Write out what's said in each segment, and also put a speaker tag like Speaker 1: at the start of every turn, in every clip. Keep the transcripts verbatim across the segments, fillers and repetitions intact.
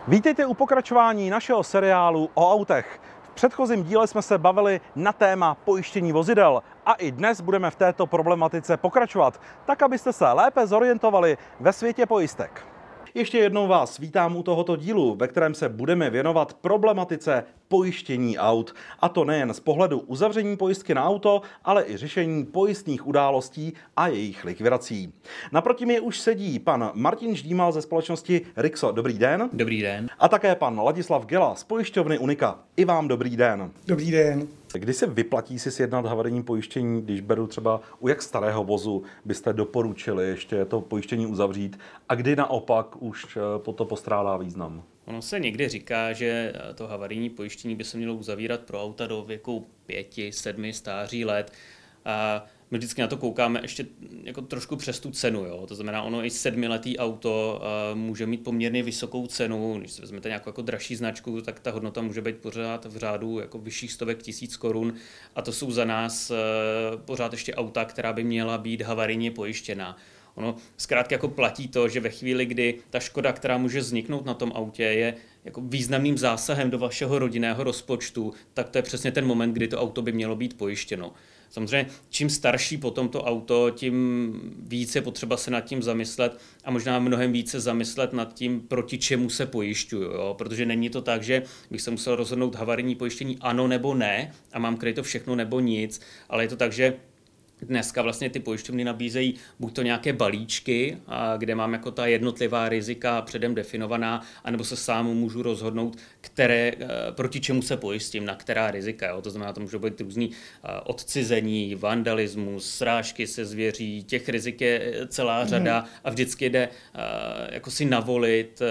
Speaker 1: Vítejte u pokračování našeho seriálu o autech. V předchozím díle jsme se bavili na téma pojištění vozidel a i dnes budeme v této problematice pokračovat, tak abyste se lépe zorientovali ve světě pojistek. Ještě jednou vás vítám u tohoto dílu, ve kterém se budeme věnovat problematice pojištění aut. A to nejen z pohledu uzavření pojistky na auto, ale i řešení pojistných událostí a jejich likvidací. Naproti mě už sedí pan Martin Ždímal ze společnosti Rixo. Dobrý den.
Speaker 2: Dobrý den.
Speaker 1: A také pan Ladislav Gela z pojišťovny Unika. I vám dobrý den.
Speaker 3: Dobrý den.
Speaker 1: Kdy se vyplatí si sjednat havarijní pojištění, když beru třeba u jak starého vozu byste doporučili ještě to pojištění uzavřít a kdy naopak už po to postrádá význam?
Speaker 2: Ono se někdy říká, že to havarijní pojištění by se mělo uzavírat pro auta do věku pěti, sedmi stáří let. A my vždycky na to koukáme ještě jako trošku přes tu cenu. Jo? To znamená, ono i sedmiletý auto uh, může mít poměrně vysokou cenu. Když si vezmete nějakou jako dražší značku, tak ta hodnota může být pořád v řádu jako vyšších stovek tisíc korun. A to jsou za nás uh, pořád ještě auta, která by měla být havarijně pojištěná. Ono zkrátka jako platí to, že ve chvíli, kdy ta škoda, která může vzniknout na tom autě, je jako významným zásahem do vašeho rodinného rozpočtu, tak to je přesně ten moment, kdy to auto by mělo být pojištěno. Samozřejmě, čím starší potom to auto, tím více je potřeba se nad tím zamyslet a možná mnohem více zamyslet nad tím, proti čemu se pojišťuju. Jo? Protože není to tak, že bych se musel rozhodnout havarijní pojištění ano nebo ne a mám kryto všechno nebo nic, ale je to tak, že dneska vlastně ty pojišťovny nabízejí buď to nějaké balíčky, kde mám jako ta jednotlivá rizika předem definovaná, anebo se sám můžu rozhodnout, které, proti čemu se pojistím, na která rizika. Jo? To znamená, to může být různý odcizení, vandalismus, srážky se zvěří, těch rizik je celá řada mm. a vždycky jde jako si navolit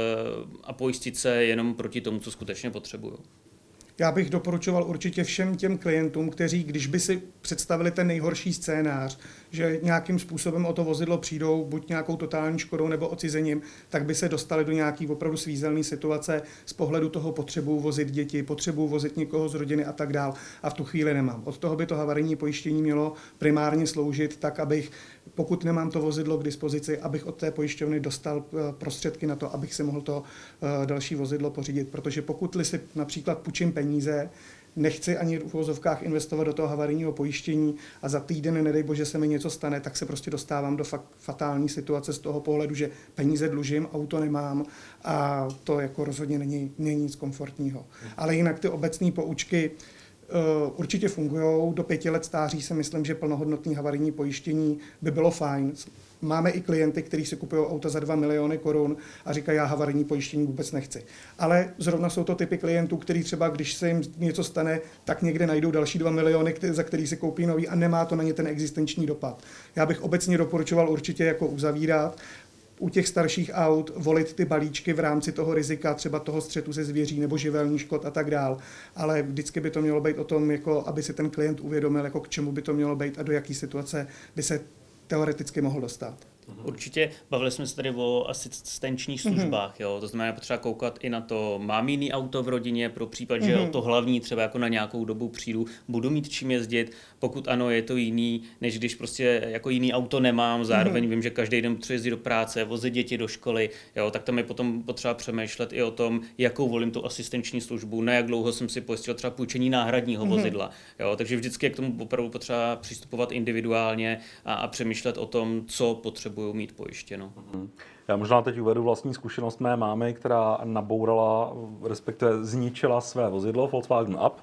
Speaker 2: a pojistit se jenom proti tomu, co skutečně potřebuju.
Speaker 3: Já bych doporučoval určitě všem těm klientům, kteří, když by si představili ten nejhorší scénář, že nějakým způsobem o to vozidlo přijdou, buď nějakou totální škodou nebo odcizením, tak by se dostali do nějaký opravdu svízelné situace z pohledu toho potřebuji vozit děti, potřebuji vozit někoho z rodiny a tak dál. A v tu chvíli nemám. Od toho by to havarijní pojištění mělo primárně sloužit tak, abych, pokud nemám to vozidlo k dispozici, abych od té pojišťovny dostal prostředky na to, abych si mohl to další vozidlo pořídit. Protože pokud si například půjčím peníze, nechci ani v uvozovkách investovat do toho havarijního pojištění a za týden, nedej bože, se mi něco stane, tak se prostě dostávám do fakt fatální situace z toho pohledu, že peníze dlužím, auto nemám a to jako rozhodně není, není nic komfortního. Ale jinak ty obecné poučky uh, určitě fungují. Do pěti let stáří si myslím, že plnohodnotné havarijní pojištění by bylo fajn. Máme i klienty, kteří si kupují auta za dva miliony korun a říkají, já havarijní pojištění vůbec nechci. Ale zrovna jsou to typy klientů, kteří třeba, když se jim něco stane, tak někde najdou další dva miliony, za který si koupí nový a nemá to na ně ten existenční dopad. Já bych obecně doporučoval určitě jako uzavírat u těch starších aut volit ty balíčky v rámci toho rizika, třeba toho střetu se zvěří nebo živelní škod a tak dál. Ale vždycky by to mělo být o tom, jako aby si ten klient uvědomil, jako k čemu by to mělo být a do jaké situace by se teoreticky mohl dostat.
Speaker 2: Určitě bavili jsme se tady o asistenčních službách, jo? To znamená, potřeba koukat i na to, mám jiný auto v rodině pro případ, že o to hlavní třeba jako na nějakou dobu přijdu, budu mít čím jezdit, pokud ano, je to jiný, než když prostě jako jiný auto nemám, zároveň vím, že každý den potřebuji jezdit do práce, vozit děti do školy, jo? Tak tam je potom potřeba přemýšlet i o tom, jakou volím tu asistenční službu, na jak dlouho jsem si pojistil třeba půjčení náhradního vozidla, jo? Takže vždycky je k tomu opravdu potřeba přistupovat individuálně a, a přemýšlet o tom, co potřebuji budou mít pojištěno.
Speaker 1: Já možná teď uvedu vlastní zkušenost mé mámy, která nabourala, respektive zničila své vozidlo Volkswagen Up.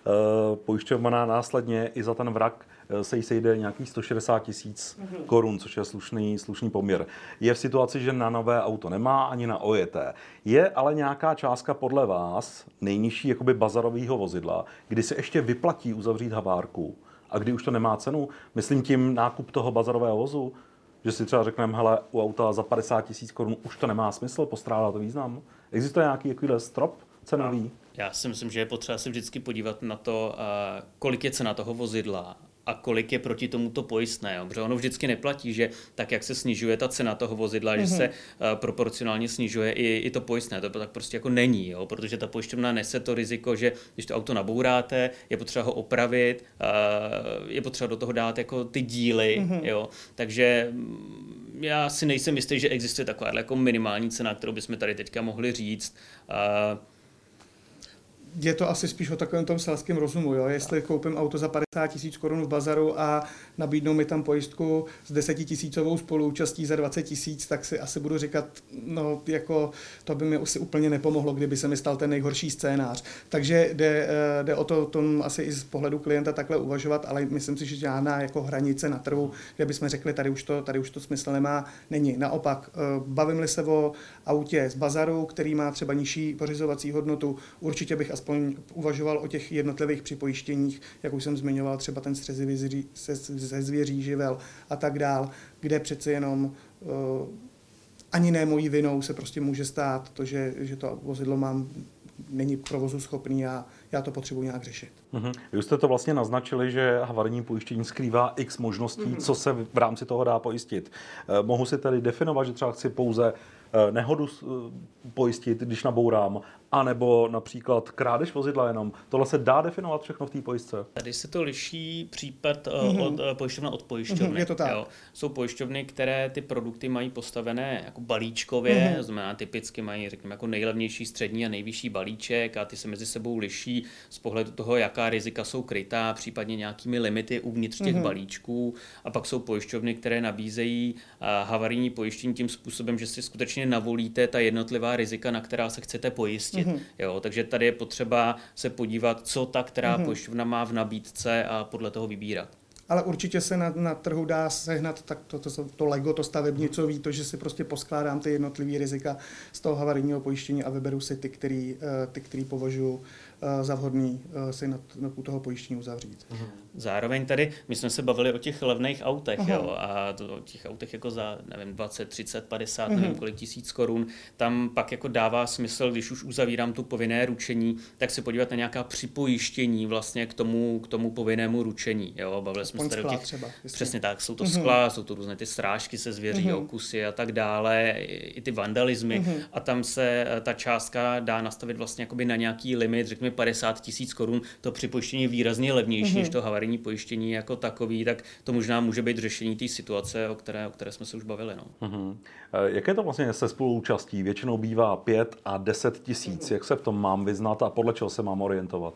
Speaker 1: Pojišťovna následně i za ten vrak se jí sejde nějakých sto šedesát tisíc korun, což je slušný, slušný poměr. Je v situaci, že na nové auto nemá ani na ojeté. Je ale nějaká částka podle vás nejnižší jakoby bazarového vozidla, kdy se ještě vyplatí uzavřít havárku a kdy už to nemá cenu? Myslím tím nákup toho bazarového vozu. Že si třeba řekneme, hele, u auta za padesát tisíc korun už to nemá smysl, postrádá to význam. Existuje nějaký jakýhle strop cenový?
Speaker 2: Já si myslím, že je potřeba se vždycky podívat na to, kolik je cena toho vozidla a kolik je proti tomuto pojistné. Jo? Protože ono vždycky neplatí, že tak, jak se snižuje ta cena toho vozidla, mm-hmm. že se uh, proporcionálně snižuje i, i to pojistné. To tak prostě jako není, jo? Protože ta pojišťovna nese to riziko, že když to auto nabouráte, je potřeba ho opravit, uh, je potřeba do toho dát jako ty díly. Mm-hmm. Jo? Takže já si nejsem jistý, že existuje taková jako minimální cena, kterou bychom tady teďka mohli říct. Uh,
Speaker 3: Je to asi spíš o takovém tom selském rozumu, jo? Jestli koupím auto za padesát tisíc korun v bazaru a nabídnou mi tam pojistku s desetitisícovou spoluúčastí za dvacet tisíc, tak si asi budu říkat, no jako to by mi asi úplně nepomohlo, kdyby se mi stal ten nejhorší scénář. Takže jde, jde o to tom asi i z pohledu klienta takhle uvažovat, ale myslím si, že žádná jako hranice na trhu, kde bychom řekli, tady už to, tady už to smysl nemá, není. Naopak, bavím-li se o autě z bazaru, který má třeba nižší pořizovací hodnotu, určitě bych aspoň uvažoval o těch jednotlivých připojištěních, jak už jsem zmiňoval, třeba ten střezivý se, se zvěří, živel a tak dál, kde přece jenom uh, ani ne mojí vinou se prostě může stát to, že, že to vozidlo mám, není provozu schopný a já to potřebuji nějak řešit.
Speaker 1: Mm-hmm. Vy jste to vlastně naznačili, že havarijní pojištění skrývá x možností, mm-hmm. co se v rámci toho dá pojistit. Eh, mohu si tady definovat, že třeba chci pouze eh, nehodu eh, pojistit, když nabourám, anebo například krádež vozidla jenom. Tohle se dá definovat všechno v té pojistce?
Speaker 2: Tady se to liší případ mm-hmm. od uh, pojišťovna od pojišťovny.
Speaker 3: Mm-hmm, je to tak.
Speaker 2: Jo. Jsou pojišťovny, které ty produkty mají postavené jako balíčkově, mm-hmm. to znamená typicky mají, řekněme, jako nejlevnější, střední a nejvyšší balíček a ty se mezi sebou liší z pohledu toho, jaká rizika jsou krytá, případně nějakými limity uvnitř těch mm-hmm. balíčků. A pak jsou pojišťovny, které nabízejí uh, havarijní pojištění tím způsobem, že si skutečně navolíte ta jednotlivá rizika, na která se chcete pojistit. Mm-hmm. Jo, takže tady je potřeba se podívat, co ta která mm-hmm. pojišťovna má v nabídce a podle toho vybírat.
Speaker 3: Ale určitě se na, na trhu dá sehnat tak to, to, to Lego, to stavebnicový, to, že si prostě poskládám ty jednotlivé rizika z toho havarijního pojištění a vyberu si ty, který, ty, který považuji za vhodný si na, na toho pojištění uzavřít.
Speaker 2: Uhum. Zároveň tady, my jsme se bavili o těch levných autech, jo, a to, o těch autech jako za, nevím, dvacet, třicet, padesát, uhum. nevím kolik tisíc korun, tam pak jako dává smysl, když už uzavírám tu povinné ručení, tak se podívat na nějaká připojištění vlastně k tomu, k tomu povinnému ručení, jo, bavili jsme se tady o těch, třeba, přesně tak, jsou to uhum. skla, jsou to různé ty srážky se zvěří, uhum. okusy a tak dále, i, i ty vandalismy uhum. a tam se ta částka dá nastavit vlastně jakoby na nějaký limit, řekněme padesát tisíc korun, to připojištění je výrazně levnější, mm-hmm. než to havarijní pojištění jako takový, tak to možná může být řešení té situace, o které, o které jsme se už bavili. No.
Speaker 1: Mm-hmm. Jak je to vlastně se spoluúčastí? Většinou bývá pět a deset tisíc. Mm-hmm. Jak se v tom mám vyznat a podle čeho se mám orientovat?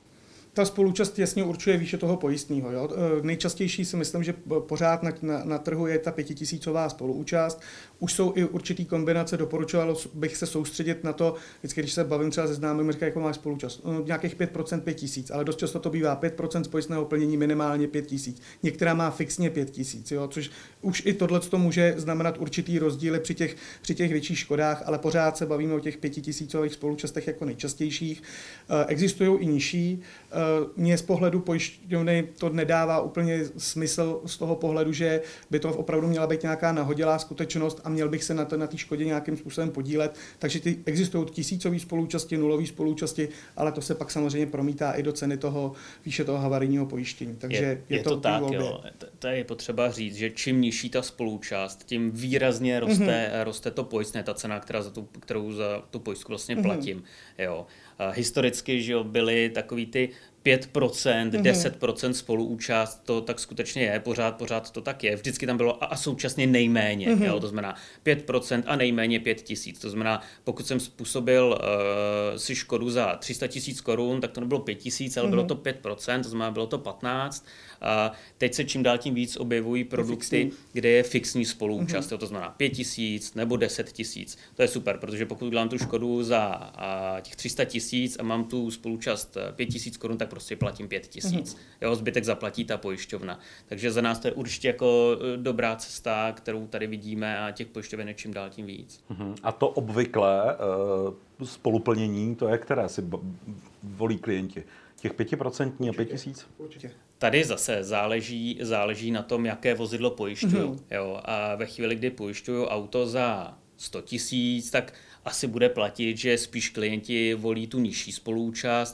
Speaker 3: Ta spoluúčast jasně určuje výše toho pojistného. Jo? Nejčastější si myslím, že pořád na, na, na trhu je ta pětitisícová spoluúčast. Už jsou i určitý kombinace, doporučoval bych se soustředit na to, vždycky, když se bavím třeba se známým, říkají, jako máš spoluúčast, no, nějakých pět procent pět tisíc, ale dost často to bývá pět procent z pojistného plnění minimálně pět tisíc. Některá má fixně pět tisíc, jo? Což už i tohle to může znamenat určitý rozdíly při těch, při těch větších škodách, ale pořád se bavíme o těch pětitisícových spoluúčastech jako nejčastějších. Existují i nižší. Mně z pohledu pojišťovny to nedává úplně smysl z toho pohledu, že by to opravdu měla být nějaká nahodilá skutečnost a měl bych se na té na škodě nějakým způsobem podílet. Takže ty existují tisícové spoluúčasti, nulové spoluúčasti, ale to se pak samozřejmě promítá i do ceny toho výše toho havarijního pojištění. Takže je, je,
Speaker 2: je
Speaker 3: to,
Speaker 2: to tak, jo. To je potřeba říct, že čím nižší ta spoluúčast, tím výrazně roste, mm-hmm. roste to pojistné, ta cena, která za tu, kterou za tu pojistku vlastně mm-hmm. platím. Jo. Historicky, že jo, byly takový ty pět procent, mm-hmm. deset procent spoluúčast, to tak skutečně je, pořád, pořád to tak je. Vždycky tam bylo a, a současně nejméně, mm-hmm. jo, to znamená pět procent a nejméně pět tisíc. To znamená, pokud jsem způsobil uh, si škodu za tři sta tisíc korun, tak to nebylo pět tisíc, ale mm-hmm. bylo to pět procent, to znamená, bylo to patnáct. A teď se čím dál tím víc objevují produkty, kde je fixní spoluúčast, mm-hmm. to znamená pět tisíc nebo deset tisíc. To je super, protože pokud dělám tu škodu za a, těch tři sta tisíc a mám tu spoluúčast pět tisíc korun, tak prostě platím pět tisíc. Mm-hmm. Jo, zbytek zaplatí ta pojišťovna. Takže za nás to je určitě jako dobrá cesta, kterou tady vidíme a těch pojišťoven je čím dál tím víc.
Speaker 1: Mm-hmm. A to obvyklé uh, spoluplnění, to je které si volí klienti? Těch pět procent a pět tisíc?
Speaker 3: Určitě.
Speaker 2: Tady zase záleží, záleží na tom, jaké vozidlo pojišťuju. Mm-hmm. Jo, a ve chvíli, kdy pojišťuju auto za sto tisíc, tak asi bude platit, že spíš klienti volí tu nižší spoluúčast.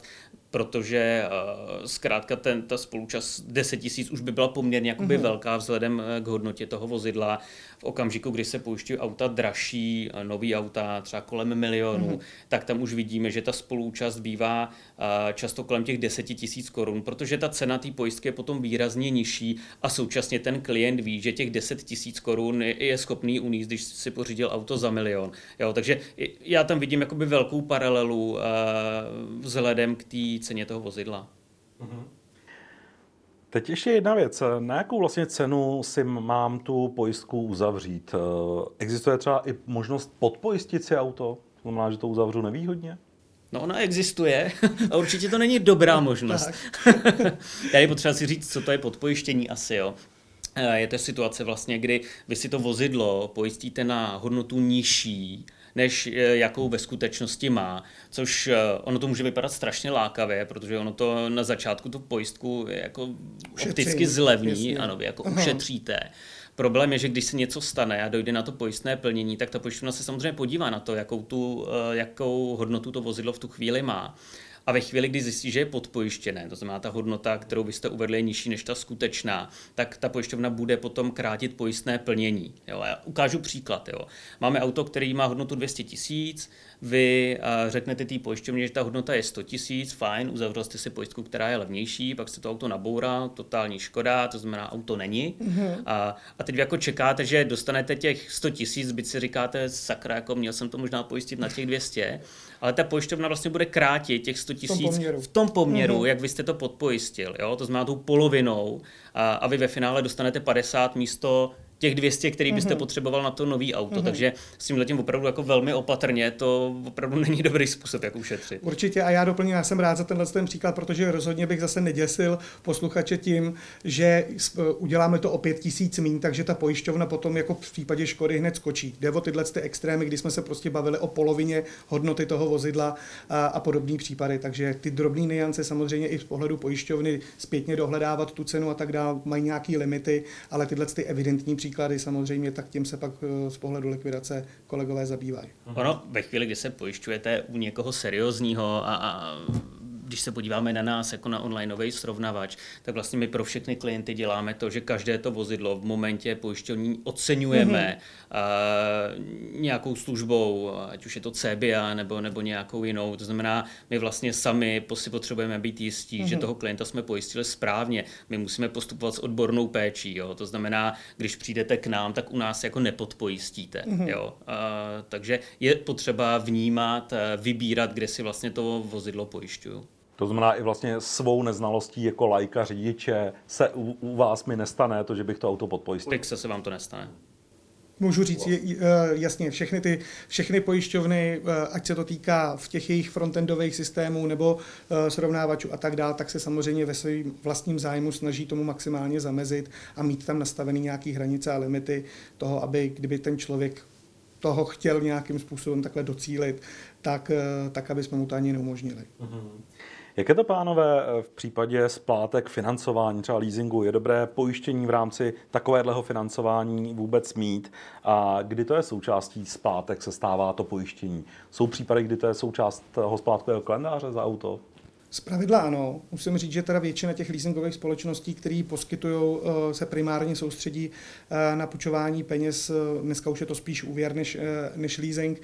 Speaker 2: protože uh, zkrátka ten, ta spoluúčast deset tisíc už by byla poměrně jakoby mm-hmm. velká vzhledem k hodnotě toho vozidla. V okamžiku, kdy se pojišťují auta dražší, nový auta třeba kolem milionu, mm-hmm. tak tam už vidíme, že ta spoluúčast bývá uh, často kolem těch deset tisíc korun, protože ta cena té pojistky je potom výrazně nižší a současně ten klient ví, že těch deset tisíc korun je, je schopný uníst, když si pořídil auto za milion. Jo, takže já tam vidím jakoby velkou paralelu uh, vzhledem k té ceně toho vozidla.
Speaker 1: Mm-hmm. Teď ještě jedna věc. Na jakou vlastně cenu si mám tu pojistku uzavřít? Existuje třeba i možnost podpojistit si auto? To znamená, že to uzavřu nevýhodně?
Speaker 2: No ona existuje a určitě to není dobrá možnost. Já je potřeba si říct, co to je podpojištění asi, jo. Je to situace vlastně, kdy vy si to vozidlo pojistíte na hodnotu nižší, než jakou ve skutečnosti má, což ono to může vypadat strašně lákavě, protože ono to na začátku tu pojistku jako Ušetří, opticky zlevní, jasně. Ano, vy jako Aha. ušetříte. Problém je, že když se něco stane a dojde na to pojistné plnění, tak ta pojišťovna se samozřejmě podívá na to, jakou, tu, jakou hodnotu to vozidlo v tu chvíli má. A ve chvíli, kdy zjistí, že je podpojištěné, to znamená ta hodnota, kterou byste uvedli, je nižší než ta skutečná, tak ta pojišťovna bude potom krátit pojistné plnění. Jo, já ukážu příklad. Jo. Máme auto, který má hodnotu dvě stě tisíc, vy řeknete té pojišťovně, že ta hodnota je sto tisíc, fajn, uzavřel jste si pojistku, která je levnější, pak se to auto naboural, totální škoda, to znamená, auto není. Mm-hmm. A, a teď vy jako čekáte, že dostanete těch sto tisíc, byť si říkáte, sakra, jako měl jsem to možná pojistit na těch dvě stě, ale ta pojišťovna vlastně bude krátit těch sto tisíc v tom poměru, mm-hmm. jak vy jste to podpojistil. Jo? To znamená tou polovinou a, a vy ve finále dostanete padesát místo těch dvě stě, který byste mm-hmm. potřeboval na to nový auto. Mm-hmm. Takže s tím letím opravdu jako velmi opatrně, to opravdu není dobrý způsob, jak ušetřit.
Speaker 3: Určitě a já doplním, já jsem rád za tenhle ten příklad, protože rozhodně bych zase neděsil posluchače tím, že uděláme to o pět tisíc míň, takže ta pojišťovna potom jako v případě škody hned skočí. Jde o tyhle ty extrémy, kdy jsme se prostě bavili o polovině hodnoty toho vozidla a, a podobné případy. Takže ty drobné nuance samozřejmě i z pohledu pojišťovny zpětně dohledávat tu cenu a tak dále mají nějaký limity, ale tyhle ty evidentní příklady příklady samozřejmě, tak tím se pak z pohledu likvidace kolegové zabývají.
Speaker 2: Ono ve chvíli, kdy se pojišťujete u někoho seriózního a, a když se podíváme na nás jako na onlineový srovnavač, tak vlastně my pro všechny klienty děláme to, že každé to vozidlo v momentě pojištění oceňujeme mm-hmm. uh, nějakou službou, ať už je to C B A nebo, nebo nějakou jinou. To znamená, my vlastně sami si potřebujeme být jistí, mm-hmm. že toho klienta jsme pojistili správně. My musíme postupovat s odbornou péčí. Jo? To znamená, když přijdete k nám, tak u nás jako nepodpojistíte. Mm-hmm. Jo? Uh, takže je potřeba vnímat, vybírat, kde si vlastně to vozidlo pojišťuju.
Speaker 1: To znamená i vlastně svou neznalostí jako laika řidiče se u, u vás mi nestane to, že bych to auto podpojistil.
Speaker 2: Pixel se vám to nestane.
Speaker 3: Můžu říct, jasně, všechny ty všechny pojišťovny, ať se to týká v těch jejich frontendových systémů nebo srovnávačů a tak dále, tak se samozřejmě ve svém vlastním zájmu snaží tomu maximálně zamezit a mít tam nastavený nějaký hranice a limity toho, aby kdyby ten člověk toho chtěl nějakým způsobem takhle docílit, tak, tak aby jsme mu to ani neumožnili.
Speaker 1: Mm-hmm. Jak je to, pánové, v případě splátek financování, třeba leasingu? Je dobré pojištění v rámci takovéhleho financování vůbec mít? A kdy to je součástí splátek, se stává to pojištění? Jsou případy, kdy to je součást toho splátkového kalendáře za auto?
Speaker 3: Zpravidla ano. Musím říct, že teda většina těch leasingových společností, které poskytují, se primárně soustředí na půjčování peněz, dneska už je to spíš úvěr než, než leasing,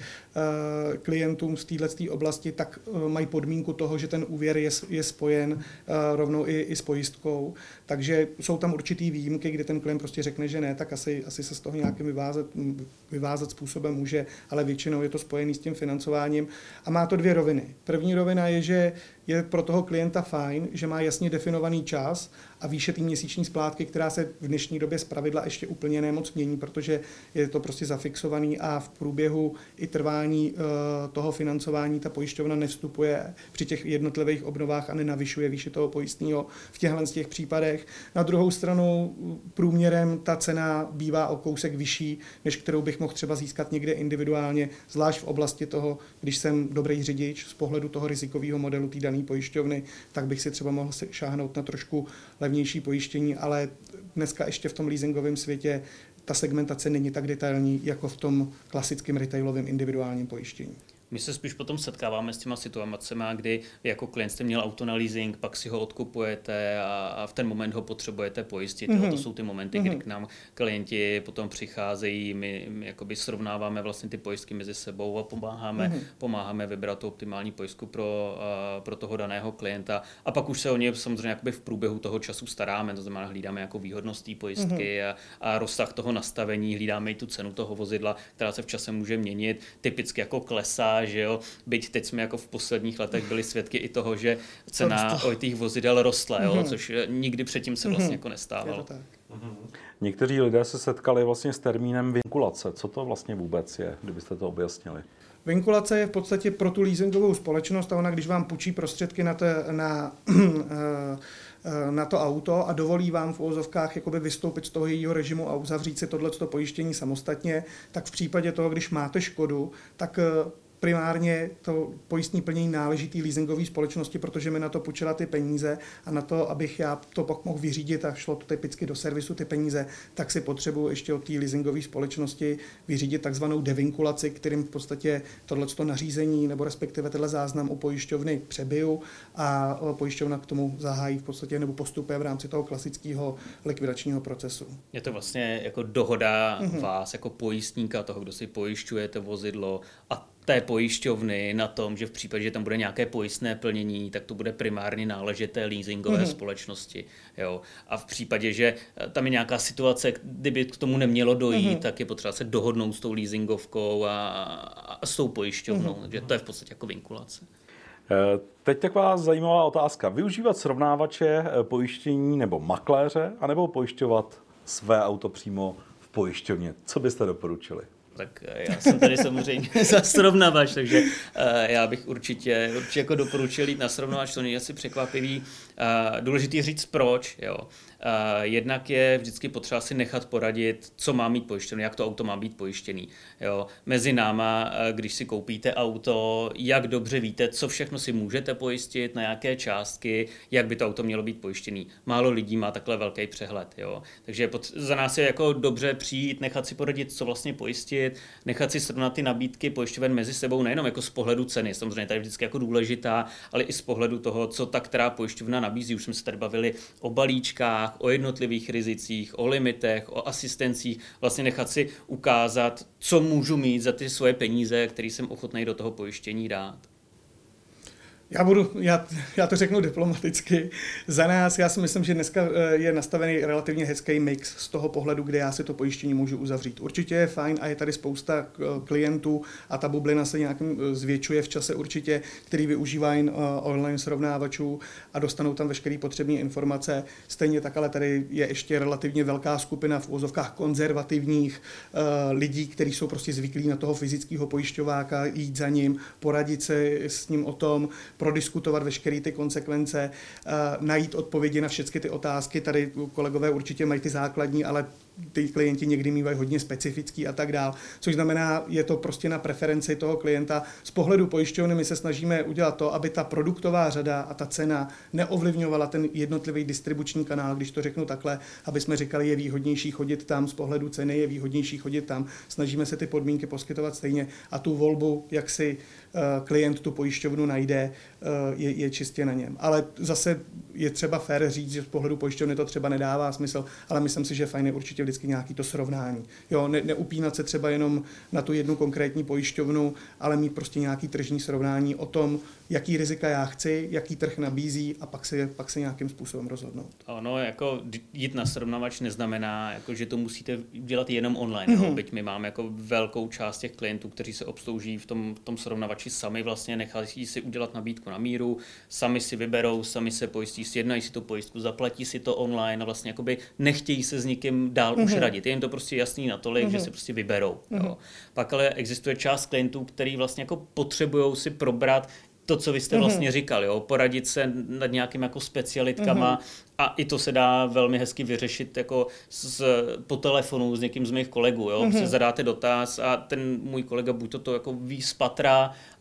Speaker 3: klientům z této oblasti, tak mají podmínku toho, že ten úvěr je, je spojen rovnou i, i s pojistkou. Takže jsou tam určitý výjimky, kdy ten klient prostě řekne, že ne, tak asi, asi se z toho nějakým vyvázat, vyvázat způsobem může, ale většinou je to spojený s tím financováním. A má to dvě roviny. První rovina je, že je pro toho klienta fajn, že má jasně definovaný čas a výše té měsíční splátky, která se v dnešní době zpravidla ještě úplně nemoc mění, protože je to prostě zafixovaný a v průběhu i trvání uh, toho financování ta pojišťovna nevstupuje při těch jednotlivých obnovách a nenavyšuje výši toho pojistného v těchto z těch případech. Na druhou stranu průměrem ta cena bývá o kousek vyšší, než kterou bych mohl třeba získat někde individuálně, zvlášť v oblasti toho, když jsem dobrý řidič z pohledu toho rizikového modelu té dané pojišťovny, tak bych si třeba mohl šáhnout na trošku levnější pojištění, ale dneska ještě v tom leasingovém světě ta segmentace není tak detailní, jako v tom klasickém retailovém individuálním pojištění.
Speaker 2: My se spíš potom setkáváme s těma situacemi, kdy jako klient jste měl auto na leasing, pak si ho odkupujete a, a v ten moment ho potřebujete pojistit. Mm-hmm. Jo, to jsou ty momenty, mm-hmm. kdy k nám klienti potom přicházejí, my, my jakoby srovnáváme vlastně ty pojistky mezi sebou a pomáháme, mm-hmm. pomáháme vybrat tu optimální pojistku pro, uh, pro toho daného klienta. A pak už se o ně samozřejmě jakoby v průběhu toho času staráme, to znamená hlídáme jako výhodnost té pojistky mm-hmm. a, a rozsah toho nastavení, hlídáme i tu cenu toho vozidla, která se v čase může měnit, typicky jako klesá, že jo, byť teď jsme jako v posledních letech byli svědky i toho, že cena těch vozidel rostla, jo, mm-hmm. což nikdy předtím se vlastně mm-hmm. jako nestávalo.
Speaker 1: Mm-hmm. Někteří lidé se setkali vlastně s termínem vinkulace. Co to vlastně vůbec je, kdybyste to objasnili?
Speaker 3: Vinkulace je v podstatě pro tu leasingovou společnost a ona, když vám půjčí prostředky na, to, na, na to auto a dovolí vám v uvozovkách jakoby vystoupit z toho jejího režimu a uzavřít si tohleto pojištění samostatně, tak v případě toho, když máte škodu, tak primárně to pojistní plnění náleží té leasingové společnosti, protože mi na to půjčila ty peníze a na to, abych já to pak mohl vyřídit a šlo to typicky do servisu ty peníze, tak si potřebuji ještě od té leasingové společnosti vyřídit takzvanou devinkulaci, kterým v podstatě tohleto nařízení nebo respektive tenhle záznam u pojišťovny přebiju a pojišťovna k tomu zahájí v podstatě nebo postupuje v rámci toho klasického likvidačního procesu.
Speaker 2: Je to vlastně jako dohoda mm-hmm. vás jako pojistníka, toho, kdo si pojišťujete vozidlo a té pojišťovny na tom, že v případě, že tam bude nějaké pojistné plnění, tak to bude primárně náležet té leasingové mm-hmm. společnosti. Jo. A v případě, že tam je nějaká situace, kdyby k tomu nemělo dojít, mm-hmm. tak je potřeba se dohodnout s tou leasingovkou a, a s tou pojišťovnou. Mm-hmm. Takže to je v podstatě jako vinkulace.
Speaker 1: Teď taková zajímavá otázka. Využívat srovnávače pojištění nebo makléře, anebo pojišťovat své auto přímo v pojišťovně? Co byste doporučili?
Speaker 2: Tak já jsem tady samozřejmě za srovnavač, takže uh, já bych určitě, určitě jako doporučil jít na srovnavač, to není asi překvapivý. Uh, důležitý říct proč, jo. Uh, jednak je vždycky potřeba si nechat poradit, co má mít pojištěný, jak to auto má být pojištěný. Jo. Mezi náma, uh, když si koupíte auto, jak dobře víte, co všechno si můžete pojistit, na jaké částky, jak by to auto mělo být pojištěný. Málo lidí má takhle velký přehled. Jo. Takže pot- za nás je jako dobře přijít, nechat si poradit, co vlastně pojistit, nechat si srovnat ty nabídky pojišťoven mezi sebou, nejenom jako z pohledu ceny, samozřejmě tady je vždycky jako důležitá, ale i z pohledu toho, co ta která pojišťovna nabízí. Už jsme se tady bavili o balíčkách, o jednotlivých rizicích, o limitech, o asistencích, vlastně nechat si ukázat, co můžu mít za ty svoje peníze, které jsem ochotný do toho pojištění dát.
Speaker 3: Já, budu, já, já to řeknu diplomaticky. Za nás, já si myslím, že dneska je nastavený relativně hezký mix z toho pohledu, kde já si to pojištění můžu uzavřít. Určitě je fajn a je tady spousta klientů a ta bublina se nějakým zvětšuje v čase určitě, který využívají online srovnávačů a dostanou tam veškeré potřebné informace. Stejně tak, ale tady je ještě relativně velká skupina v úvozovkách konzervativních lidí, kteří jsou prostě zvyklí na toho fyzického pojišťováka, jít za ním, poradit se s ním o tom, prodiskutovat veškeré ty konsekvence, najít odpovědi na všechny ty otázky. Tady kolegové určitě mají ty základní, ale ty klienti někdy mývají hodně specifický a tak dál. Což znamená, je to prostě na preferenci toho klienta. Z pohledu pojišťovny my se snažíme udělat to, aby ta produktová řada a ta cena neovlivňovala ten jednotlivý distribuční kanál, když to řeknu takhle, aby jsme říkali, je výhodnější chodit tam, z pohledu ceny je výhodnější chodit tam. Snažíme se ty podmínky poskytovat stejně a tu volbu, jak si klient tu pojišťovnu najde, je, je čistě na něm. Ale zase je třeba fér říct, že z pohledu pojišťovny to třeba nedává smysl, ale myslím si, že fajn je určitě vždycky nějaký to srovnání. Jo, ne, neupínat se třeba jenom na tu jednu konkrétní pojišťovnu, ale mít prostě nějaký tržní srovnání o tom, jaký rizika já chci, jaký trh nabízí a pak se, pak se nějakým způsobem rozhodnout.
Speaker 2: Ono jako jít na srovnavač neznamená, jako, že to musíte dělat jenom online. Mm-hmm. Byť my máme jako velkou část těch klientů, kteří se obslouží v tom, v tom srovnavači sami vlastně nechají si udělat nabídku na míru, sami si vyberou, sami se pojistí, sjednají si tu pojistku, zaplatí si to online a vlastně jakoby nechtějí se s nikým dál mm-hmm. už radit. Je jim to prostě jasný natolik, mm-hmm. že si prostě vyberou. Mm-hmm. Jo. Pak ale existuje část klientů, který vlastně jako potřebujou si probrat to, co vy jste vlastně mm-hmm. říkal, jo? Poradit se nad nějakým jako specialitkama mm-hmm. a i to se dá velmi hezky vyřešit jako z, po telefonu s někým z mých kolegů. Jo? Mm-hmm. Prostě zadáte dotaz a ten můj kolega buď to, to jako ví z patra,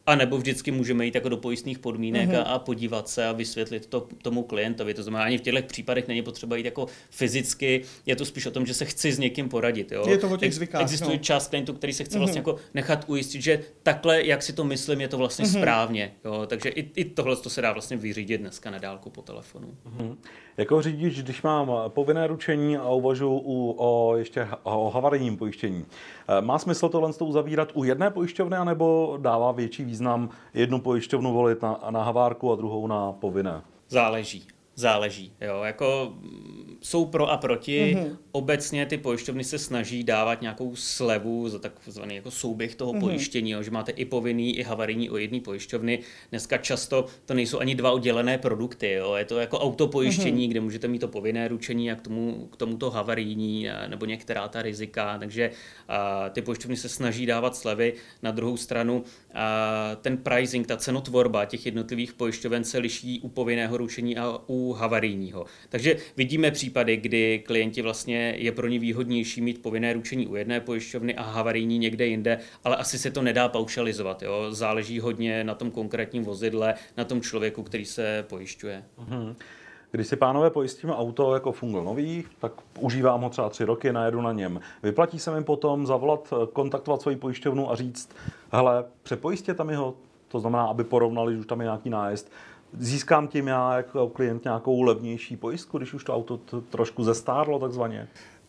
Speaker 2: A nebo vždycky můžeme jít jako do pojistných podmínek
Speaker 3: Mhm.
Speaker 2: a, a podívat se a vysvětlit to tomu klientovi. To znamená, ani v těchto případech není potřeba jít jako fyzicky, je to spíš o tom, že se chci s někým poradit. Jo?
Speaker 3: Je to o těch zvykách,
Speaker 2: Existuje
Speaker 3: no.
Speaker 2: část klientů, který se chce
Speaker 3: Mhm.
Speaker 2: vlastně jako nechat ujistit, že takhle, jak si to myslím, je to vlastně
Speaker 3: Mhm.
Speaker 2: správně. Jo? Takže i, i tohle to se dá vlastně vyřídit dneska na dálku po telefonu.
Speaker 1: Mhm. Jako řidič, když mám povinné ručení a uvažuji u, o ještě o havarijním pojištění, má smysl tohle uzavírat u jedné pojišťovny, anebo dává větší význam jednu pojišťovnu volit na, na havárku a druhou na povinné?
Speaker 2: Záleží. Záleží. Jo. Jako, mm, jsou pro a proti.
Speaker 3: Mhm.
Speaker 2: Obecně ty pojišťovny se snaží dávat nějakou slevu za takzvaný jako souběh toho
Speaker 3: Mhm.
Speaker 2: pojištění, jo, že máte i povinný, i havarijní o jedné pojišťovny. Dneska často to nejsou ani dva oddělené produkty. Jo. Je to jako autopojištění, kde můžete mít to povinné ručení a k tomu, k tomu to havarijní a, nebo některá ta rizika. Takže a, ty pojišťovny se snaží dávat slevy. Na druhou stranu a, ten pricing, ta cenotvorba těch jednotlivých pojišťoven se liší u povinného ručení a u havarijního. Takže vidíme případy, kdy klienti vlastně je pro ně výhodnější mít povinné ručení u jedné pojišťovny a havarijní někde jinde, ale asi se to nedá paušalizovat. Jo? Záleží hodně na tom konkrétním vozidle, na tom člověku, který se pojišťuje.
Speaker 1: Mhm. Když si, pánové, pojistíme auto jako Fungl nový, tak užívám ho třeba tři roky, najedu na něm. Vyplatí se mi potom zavolat, kontaktovat svoji pojišťovnu a říct, hele, přepojistěte mi ho, to znamená, aby porovnali, že už tam je nějaký nájezd. Získám tím já jako klient nějakou levnější pojistku, když už to auto t- trošku zestárlo takzvaně?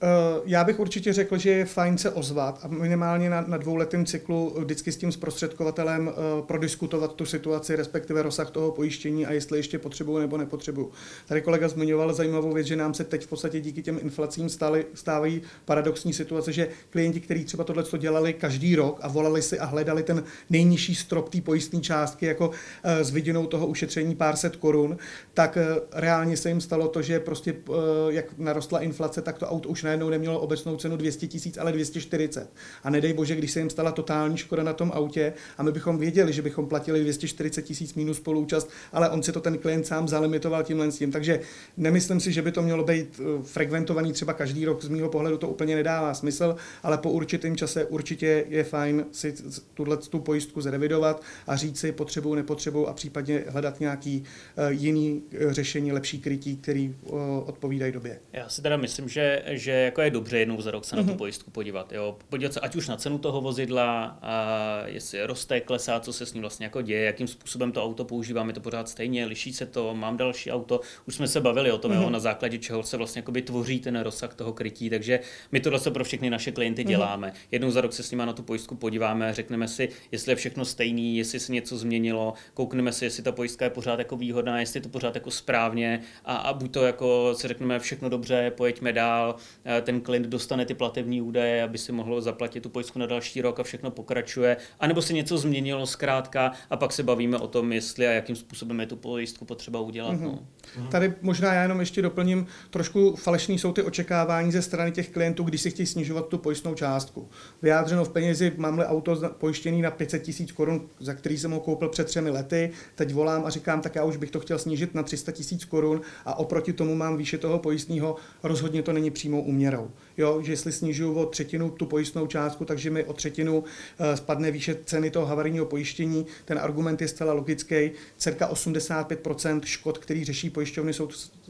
Speaker 3: Já bych určitě řekl, že je fajn se ozvat a minimálně na, na dvouletém cyklu vždycky s tím zprostředkovatelem uh, prodiskutovat tu situaci, respektive rozsah toho pojištění a jestli ještě potřebuju nebo nepotřebuju. Tady kolega zmiňoval zajímavou věc, že nám se teď v podstatě díky těm inflacím stály, stávají paradoxní situace, že klienti, kteří třeba tohle dělali každý rok a volali si a hledali ten nejnižší strop té pojistné částky jako uh, s vidinou toho ušetření pár set korun, tak uh, reálně se jim stalo to, že prostě uh, jak narostla inflace, tak to auto už najednou nemělo obecnou cenu dvě stě tisíc, ale dvě stě čtyřicet. A nedej bože, když se jim stala totální škoda na tom autě a my bychom věděli, že bychom platili dvě stě čtyřicet tisíc minus spoluúčast, ale on si to ten klient sám zalimitoval tímhle s tím. Takže nemyslím si, že by to mělo být frekventovaný třeba každý rok. Z mýho pohledu to úplně nedává smysl, ale po určitém čase určitě je fajn si tuhle tu pojistku zrevidovat a říct si potřebuju, nepotřebuju a případně hledat nějaký uh, jiný uh, řešení, lepší krytí, který uh, odpovídají době.
Speaker 2: Já si teda myslím, že, že jako je dobře jednou za rok se mm-hmm. na tu pojistku podívat. Jo? Podívat se ať už na cenu toho vozidla, a jestli roste, klesá, co se s ním vlastně jako děje, jakým způsobem to auto používám, je to pořád stejně, liší se to, mám další auto. Už jsme se bavili o tom, mm-hmm. jo? Na základě čeho se vlastně tvoří ten rozsah toho krytí, takže my tohle se pro všechny naše klienty děláme. Mm-hmm. Jednou za rok se s nimi na tu pojistku podíváme, řekneme si, jestli je všechno stejný, jestli se něco změnilo, koukneme si, jestli ta pojistka je pořád jako výhodná, jestli je to pořád jako správně a, a buď to jako si řekneme všechno dobře, pojďme dál, ten klient dostane ty platební údaje, aby si mohl zaplatit tu pojistku na další rok a všechno pokračuje, anebo se něco změnilo zkrátka a pak se bavíme o tom, jestli a jakým způsobem je tu pojistku potřeba udělat. Mm-hmm. No.
Speaker 3: Mm-hmm. Tady možná já jenom ještě doplním, trošku falešný jsou ty očekávání ze strany těch klientů, když si chtějí snižovat tu pojistnou částku. Vyjádřeno v penězi, mám-li auto pojištěný na pět set tisíc korun, za který jsem ho koupil před třemi lety, teď volám a říkám, tak já už bych to chtěl snížit na tři sta tisíc korun a oproti tomu mám výše toho pojistného, rozhodně to není přímou úměrou. Jo, že jestli snižuju o třetinu tu pojistnou částku, takže mi o třetinu uh, spadne výše ceny toho havarijního pojištění. Ten argument je zcela logický. Cirka osmdesát pět procent škod, který řeší pojišťovny, jsou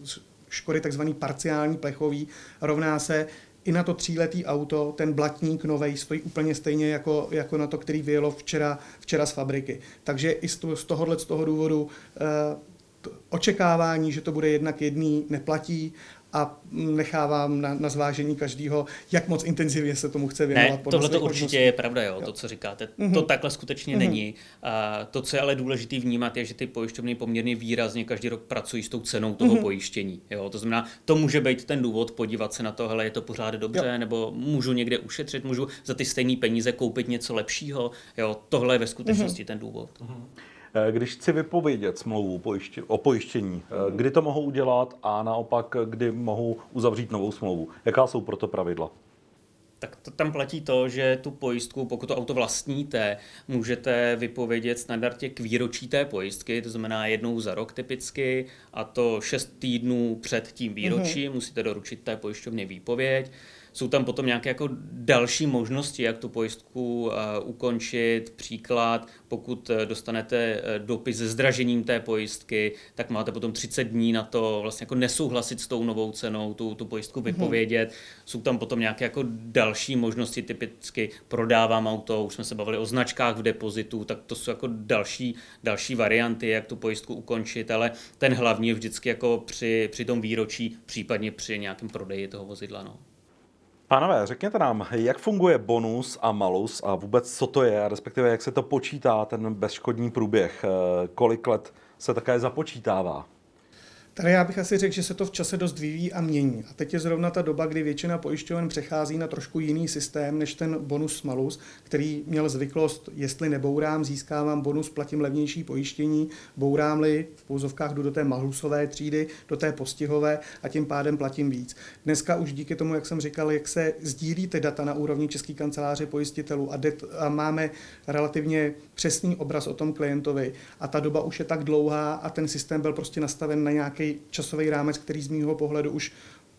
Speaker 3: škody takzvaný parciální plechový, rovná se i na to tříletý auto, ten blatník novej stojí úplně stejně jako, jako na to, který vyjelo včera, včera z fabriky. Takže i z, to, z tohohle z toho důvodu uh, očekávání, že to bude jednak jedný, neplatí a nechávám na, na zvážení každého, jak moc intenzivně se tomu chce věnovat.
Speaker 2: Ne, tohle to určitě je pravda, jo, jo. To, co říkáte. Mm-hmm. To takhle skutečně mm-hmm. není. A to, co je ale důležité vnímat, je, že ty pojišťovny poměrně výrazně každý rok pracují s tou cenou toho mm-hmm. pojištění. Jo. To znamená, to může být ten důvod podívat se na to, hele, je to pořád dobře, jo. nebo můžu někde ušetřit, můžu za ty stejné peníze koupit něco lepšího. Jo. Tohle je ve skutečnosti mm-hmm. ten důvod. Mm-hmm.
Speaker 1: Když chci vypovědět smlouvu pojištění, o pojištění, kdy to mohu udělat a naopak, kdy mohu uzavřít novou smlouvu? Jaká jsou proto pravidla?
Speaker 2: Tak to tam platí to, že tu pojistku, pokud to auto vlastníte, můžete vypovědět standardně k výročí té pojistky, to znamená jednou za rok typicky, a to šest týdnů před tím výročím, mm-hmm. musíte doručit té pojišťovně výpověď. jsou tam potom nějaké jako další možnosti, jak tu pojistku uh, ukončit. Příklad, pokud dostanete dopis se zdražením té pojistky, tak máte potom třicet dní na to vlastně jako nesouhlasit s tou novou cenou, tu, tu pojistku vypovědět. Hmm. Jsou tam potom nějaké jako další možnosti, typicky prodávám auto, už jsme se bavili o značkách v depozitu, tak to jsou jako další, další varianty, jak tu pojistku ukončit, ale ten hlavní je vždycky jako při, při tom výročí, případně při nějakém prodeji toho vozidla. No.
Speaker 1: Pánové, řekněte nám, jak funguje bonus a malus a vůbec co to je, respektive jak se to počítá, ten bezškodní průběh, kolik let se také započítává?
Speaker 3: Tady já bych asi řekl, že se to v čase dost vyvíjí a mění. A teď je zrovna ta doba, kdy většina pojišťoven přechází na trošku jiný systém než ten bonus malus, který měl zvyklost, jestli nebourám, získávám bonus, platím levnější pojištění, bourám-li, v pouzovkách jdu do té malusové třídy, do té postihové a tím pádem platím víc. Dneska už díky tomu, jak jsem říkal, jak se sdílí ty data na úrovni České kanceláře pojistitelů a, det, a máme relativně přesný obraz o tom klientovi a ta doba už je tak dlouhá a ten systém byl prostě nastaven na nějaký časový rámec, který z mýho pohledu už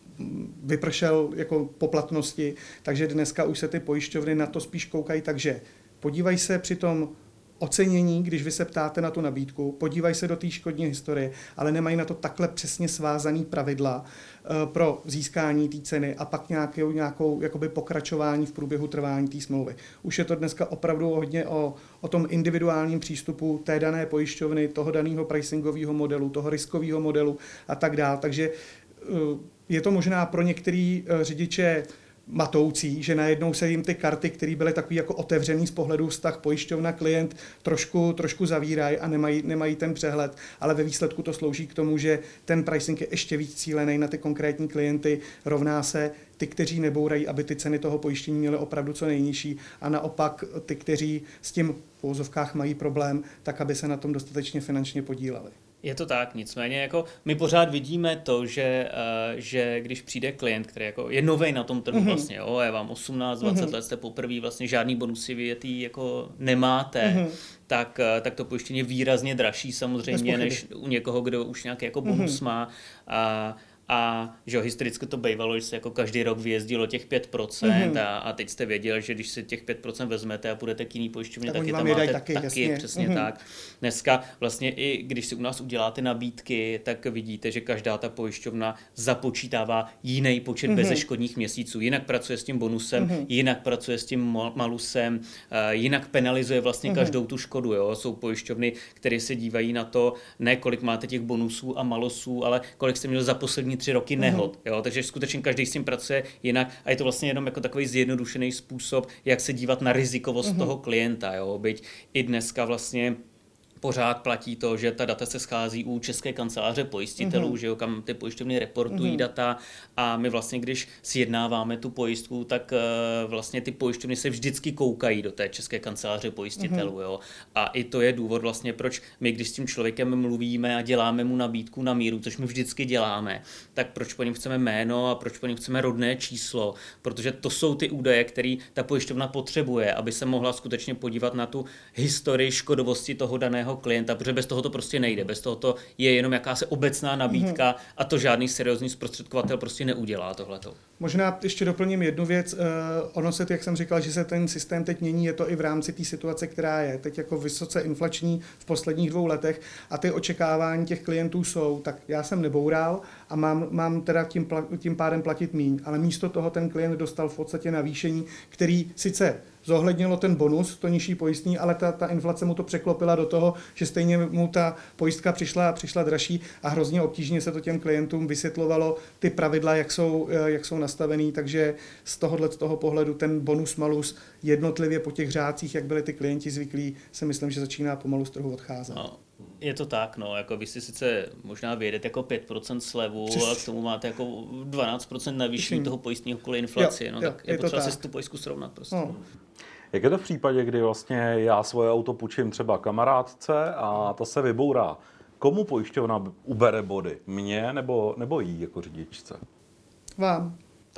Speaker 3: vypršel jako po platnosti, takže dneska už se ty pojišťovny na to spíš koukají, takže podívají se při tom ocenění, když vy se ptáte na tu nabídku, podívají se do té škodní historie, ale nemají na to takhle přesně svázaný pravidla uh, pro získání té ceny a pak nějakou, nějakou jakoby pokračování v průběhu trvání té smlouvy. Už je to dneska opravdu hodně o, o tom individuálním přístupu té dané pojišťovny, toho daného pricingového modelu, toho riskového modelu a tak dále. Takže uh, je to možná pro některé uh, řidiče matoucí, že najednou se jim ty karty, které byly takový jako otevřený z pohledu vztah pojišťovna klient, trošku, trošku zavírají a nemají, nemají ten přehled, ale ve výsledku to slouží k tomu, že ten pricing je ještě víc cílený na ty konkrétní klienty, rovná se ty, kteří nebourají, aby ty ceny toho pojištění měly opravdu co nejnižší a naopak ty, kteří s tím v uvozovkách mají problém, tak aby se na tom dostatečně finančně podíleli.
Speaker 2: Je to tak, nicméně jako my pořád vidíme to, že, uh, že když přijde klient, který jako je novej na tom trhu, mm-hmm. vlastně, jo, je vám osmnáct dvacet mm-hmm. let, jste poprvé, vlastně žádný bonusy vyjetý jako nemáte, mm-hmm. tak, tak to pojištění je výrazně dražší samozřejmě, než u někoho, kdo už nějaký jako bonus mm-hmm. má. A, A že historicky to bývalo, že se jako každý rok vyjezdilo těch pět procent mm-hmm. a, a teď jste věděl, že když se těch pět procent vezmete a půjdete k jiný pojišťovně, tak, tak je tam máte taky, taky přesně mm-hmm. tak. Dneska vlastně i když si u nás uděláte nabídky, tak vidíte, že každá ta pojišťovna započítává jiný počet mm-hmm. bezeškodních měsíců. Jinak pracuje s tím bonusem, mm-hmm. jinak pracuje s tím malusem, jinak penalizuje vlastně mm-hmm. každou tu škodu. Jo? Jsou pojišťovny, které se dívají na to, ne kolik máte těch bonusů a malusů, ale kolik jste měl za poslední tři roky nehod. Jo? Takže skutečně každý s tím pracuje jinak a je to vlastně jenom jako takový zjednodušený způsob, jak se dívat na rizikovost mm-hmm. toho klienta. Jo? Byť i dneska vlastně pořád platí to, že ta data se schází u České kanceláře pojistitelů, mm-hmm. že jo, kam ty pojišťovny reportují mm-hmm. data a my vlastně, když sjednáváme tu pojistku, tak uh, vlastně ty pojišťovny se vždycky koukají do té České kanceláře pojistitelů, mm-hmm. jo. A i to je důvod vlastně, proč my, když s tím člověkem mluvíme a děláme mu nabídku na míru, což my vždycky děláme, tak proč po něm chceme jméno a proč po něm chceme rodné číslo, protože to jsou ty údaje, které ta pojišťovna potřebuje, aby se mohla skutečně podívat na tu historii škodovosti toho daného klienta, protože bez toho to prostě nejde. Bez toho to je jenom jakási obecná nabídka mm-hmm. a to žádný seriózní zprostředkovatel prostě neudělá tohleto.
Speaker 3: Možná ještě doplním jednu věc. Ono se, jak jsem říkal, že se ten systém teď mění, je to i v rámci té situace, která je teď jako vysoce inflační v posledních dvou letech a ty očekávání těch klientů jsou, tak já jsem neboural a mám, mám teda tím, tím pádem platit míň, ale místo toho ten klient dostal v podstatě navýšení, který sice zohlednilo ten bonus, to nižší pojistný, ale ta, ta inflace mu to překlopila do toho, že stejně mu ta pojistka přišla, přišla dražší a hrozně obtížně se to těm klientům vysvětlovalo ty pravidla, jak jsou, jak jsou nastavený, takže z tohohle z toho pohledu ten bonus malus jednotlivě po těch řádcích, jak byli ty klienti zvyklí, si myslím, že začíná pomalu z trhu odcházet.
Speaker 2: No. Je to tak, no, jako vy si sice možná vyjedete jako pět procent slevu, Přesně. ale k tomu máte jako dvanáct procent navýšení toho pojistného kvůli inflaci, jo, no, jo, tak je, je potřeba si tu pojistku srovnat prostě. No.
Speaker 1: Jak je to v případě, kdy vlastně já svoje auto půjčím třeba kamarádce a ta se vybourá? Komu pojišťovna ubere body? Mně nebo, nebo jí jako řidičce?
Speaker 3: Vám.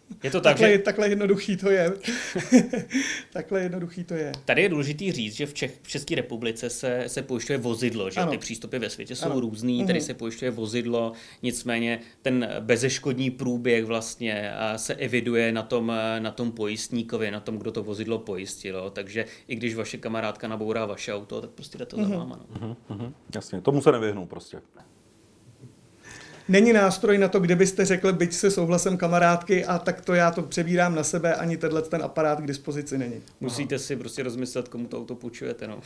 Speaker 2: Je to tak,
Speaker 3: takhle,
Speaker 2: že...
Speaker 3: takhle jednoduchý to je. Takhle jednoduchý to je.
Speaker 2: Tady je důležitý říct, že v, Čech, v České republice se, se pojišťuje vozidlo, že ano. Ty přístupy ve světě jsou ano. různý, tady se pojišťuje vozidlo, nicméně ten bezeškodní průběh vlastně se eviduje na tom, na tom pojistníkovi, na tom, kdo to vozidlo pojistil, takže i když vaše kamarádka nabourá vaše auto, tak prostě jde to mm-hmm. za váma. No.
Speaker 1: Mm-hmm. Jasně, tomu se nevyhnou prostě.
Speaker 3: Není nástroj na to, kde byste řekl, byť se souhlasem kamarádky, a tak to já to přebírám na sebe, ani tenhle ten aparát k dispozici není.
Speaker 2: Musíte Aha. si prostě rozmyslet, komu to auto půjčujete. No.